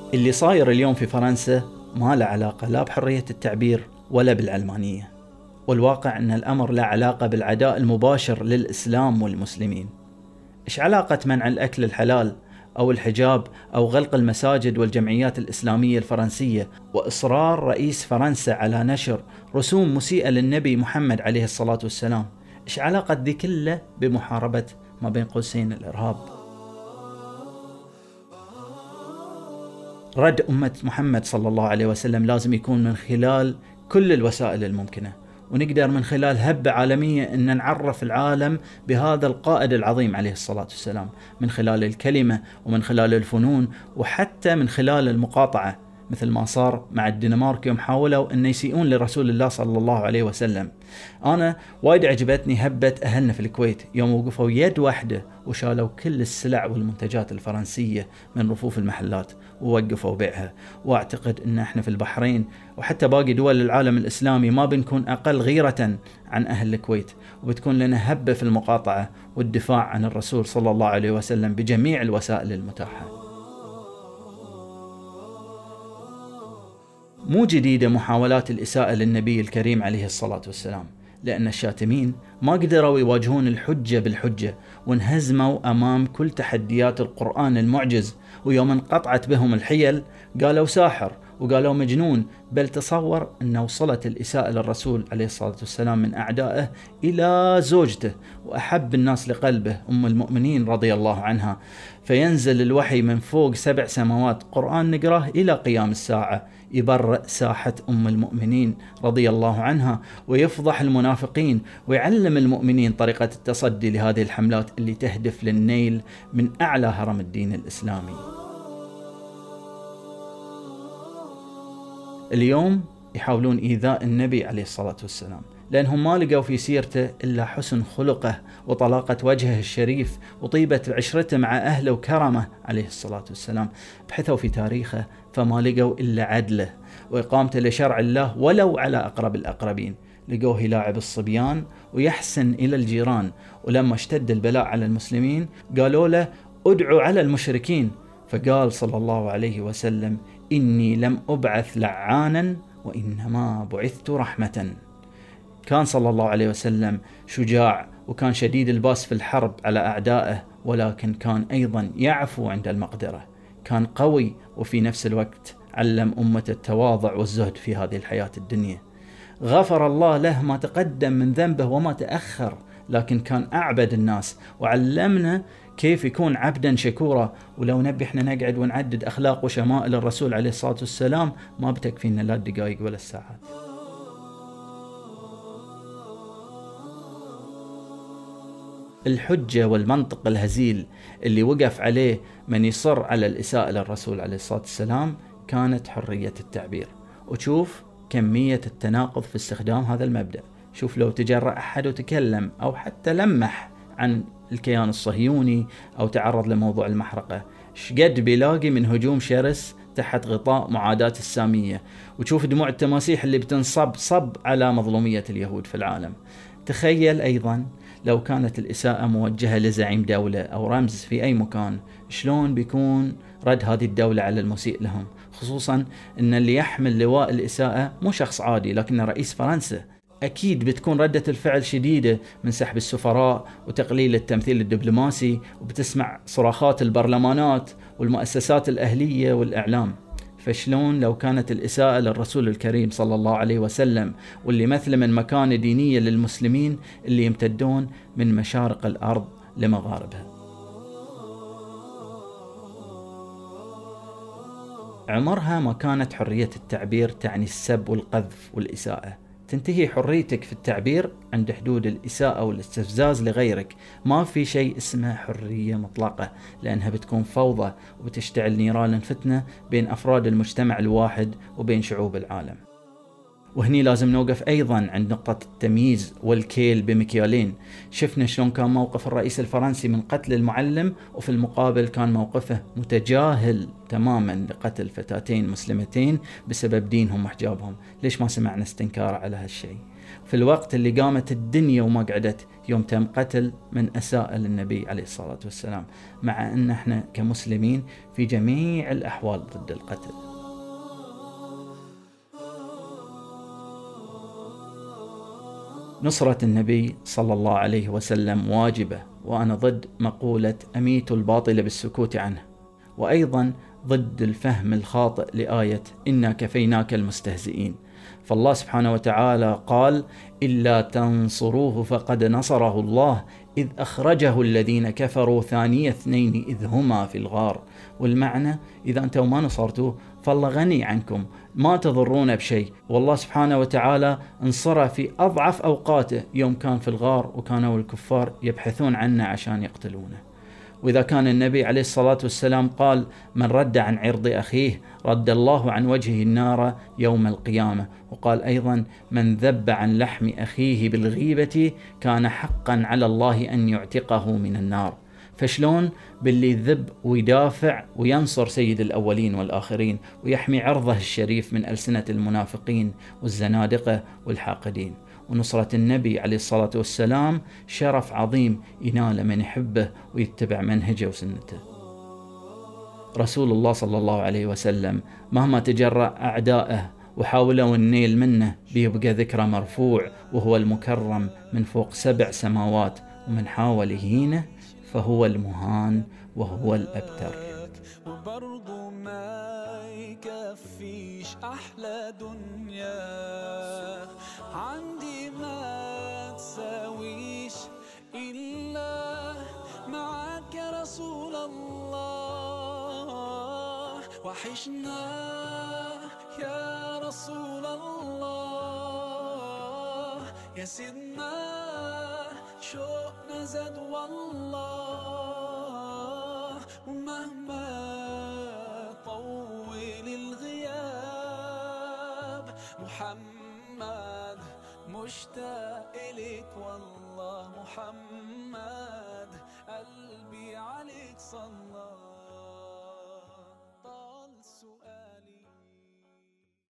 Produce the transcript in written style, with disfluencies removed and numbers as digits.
اللي صاير اليوم في فرنسا ما له علاقة لا بحرية التعبير ولا بالعلمانية، والواقع أن الأمر له علاقة بالعداء المباشر للإسلام والمسلمين. إيش علاقة منع الأكل الحلال أو الحجاب أو غلق المساجد والجمعيات الإسلامية الفرنسية وإصرار رئيس فرنسا على نشر رسوم مسيئة للنبي محمد عليه الصلاة والسلام؟ إيش علاقة ذي كله بمحاربة ما بين قوسين الإرهاب؟ رد أمة محمد صلى الله عليه وسلم لازم يكون من خلال كل الوسائل الممكنة، ونقدر من خلال هبة عالمية أن نعرف العالم بهذا القائد العظيم عليه الصلاة والسلام، من خلال الكلمة ومن خلال الفنون وحتى من خلال المقاطعة، مثل ما صار مع الدنمارك يوم حاولوا أن يسيئون لرسول الله صلى الله عليه وسلم. أنا وايد عجبتني هبة أهلنا في الكويت يوم وقفوا يد واحدة وشالوا كل السلع والمنتجات الفرنسية من رفوف المحلات ووقفوا بيعها. وأعتقد أن احنا في البحرين وحتى باقي دول العالم الإسلامي ما بنكون أقل غيرة عن أهل الكويت، وبتكون لنا هبة في المقاطعة والدفاع عن الرسول صلى الله عليه وسلم بجميع الوسائل المتاحة. مو جديدة محاولات الإساءة للنبي الكريم عليه الصلاة والسلام، لأن الشاتمين ما قدروا يواجهون الحجة بالحجة وانهزموا أمام كل تحديات القرآن المعجز، ويوم انقطعت بهم الحيل قالوا ساحر وقالوا مجنون، بل تصور أن وصلت الإساءة للرسول عليه الصلاة والسلام من أعدائه إلى زوجته وأحب الناس لقلبه أم المؤمنين رضي الله عنها، فينزل الوحي من فوق 7 سماوات قرآن نقراه إلى قيام الساعة يبرئ ساحة أم المؤمنين رضي الله عنها ويفضح المنافقين ويعلم المؤمنين طريقة التصدي لهذه الحملات اللي تهدف للنيل من أعلى هرم الدين الإسلامي. اليوم يحاولون إيذاء النبي عليه الصلاة والسلام لأنهم ما لقوا في سيرته إلا حسن خلقه وطلاقة وجهه الشريف وطيبة عشرته مع أهله وكرمه عليه الصلاة والسلام. بحثوا في تاريخه فما لقوا إلا عدله وإقامته لشرع الله ولو على أقرب الأقربين. لقوه يلاعب الصبيان ويحسن إلى الجيران، ولما اشتد البلاء على المسلمين قالوا له ادعوا على المشركين، فقال صلى الله عليه وسلم إني لم أبعث لعانا وإنما بعثت رحمة. كان صلى الله عليه وسلم شجاع وكان شديد الباس في الحرب على أعدائه، ولكن كان أيضا يعفو عند المقدرة. كان قوي وفي نفس الوقت علم أمة التواضع والزهد في هذه الحياة الدنيا. غفر الله له ما تقدم من ذنبه وما تأخر، لكن كان أعبد الناس وعلمنا كيف يكون عبدا شكورا. ولو نبي احنا نقعد ونعدد أخلاق وشمائل الرسول عليه الصلاة والسلام ما بتكفينا لا الدقائق ولا الساعات. الحجة والمنطق الهزيل اللي وقف عليه من يصر على الإساءة للرسول عليه الصلاة والسلام كانت حرية التعبير. وشوف كمية التناقض في استخدام هذا المبدأ. شوف لو تجرأ أحد وتكلم أو حتى لمح عن الكيان الصهيوني أو تعرض لموضوع المحرقة، شقد بيلاقي من هجوم شرس تحت غطاء معاداة السامية. وتشوف دموع التماسيح اللي بتنصب على مظلومية اليهود في العالم. تخيل أيضا لو كانت الإساءة موجهة لزعيم دولة أو رمز في أي مكان، شلون بيكون رد هذه الدولة على المسيء لهم، خصوصا أن اللي يحمل لواء الإساءة مو شخص عادي لكنه رئيس فرنسا. أكيد بتكون ردة الفعل شديدة من سحب السفراء وتقليل التمثيل الدبلوماسي، وبتسمع صراخات البرلمانات والمؤسسات الأهلية والإعلام. فشلون لو كانت الإساءة للرسول الكريم صلى الله عليه وسلم واللي مثل من مكانة دينية للمسلمين اللي يمتدون من مشارق الأرض لمغاربها؟ عمرها ما كانت حرية التعبير تعني السب والقذف والإساءة. تنتهي حريتك في التعبير عند حدود الإساءة والاستفزاز لغيرك. ما في شيء اسمه حرية مطلقة، لأنها بتكون فوضى وبتشتعل نيران الفتنة بين أفراد المجتمع الواحد وبين شعوب العالم. وهني لازم نوقف أيضا عند نقطة التمييز والكيل بمكيالين. شفنا شلون كان موقف الرئيس الفرنسي من قتل المعلم، وفي المقابل كان موقفه متجاهل تماما لقتل فتاتين مسلمتين بسبب دينهم وحجابهم. ليش ما سمعنا استنكار على هالشيء؟ في الوقت اللي قامت الدنيا وما قعدت يوم تم قتل من أساء للنبي عليه الصلاة والسلام، مع أن احنا كمسلمين في جميع الأحوال ضد القتل. نصرة النبي صلى الله عليه وسلم واجبة، وأنا ضد مقولة أميت الباطل بالسكوت عنه، وأيضا ضد الفهم الخاطئ لآية إنا كفيناك المستهزئين. فالله سبحانه وتعالى قال: إلا تنصروه فقد نصره الله إذ أخرجه الذين كفروا ثاني اثنين إذ هما في الغار. والمعنى إذا أنتم ما نصرتوه فالله غني عنكم، ما تضرون بشيء، والله سبحانه وتعالى انصره في أضعف أوقاته يوم كان في الغار وكانوا الكفار يبحثون عنه عشان يقتلونه. وإذا كان النبي عليه الصلاة والسلام قال: من رد عن عرض أخيه رد الله عن وجهه النار يوم القيامة. وقال أيضا: من ذب عن لحم أخيه بالغيبة كان حقا على الله أن يعتقه من النار. فشلون باللي يذب ويدافع وينصر سيد الأولين والآخرين ويحمي عرضه الشريف من ألسنة المنافقين والزنادقة والحاقدين؟ ونصرة النبي عليه الصلاة والسلام شرف عظيم ينال من يحبه ويتبع منهجه وسنته. رسول الله صلى الله عليه وسلم مهما تجرأ أعدائه وحاولوا النيل منه بيبقى ذكره مرفوع، وهو المكرم من فوق 7 سماوات، ومن حاول يهينه فهو المهان وهو الأبتر. وبرضو ما يكفيش أحلى دنيا عندي ما تساويش إلا معاك يا رسول الله. وحشنا يا رسول الله، يا سيدنا شوقنا زاد والله. ومهما طول الغياب محمد مشتاق إليك والله. محمد قلبي عليك صلى. طال سؤال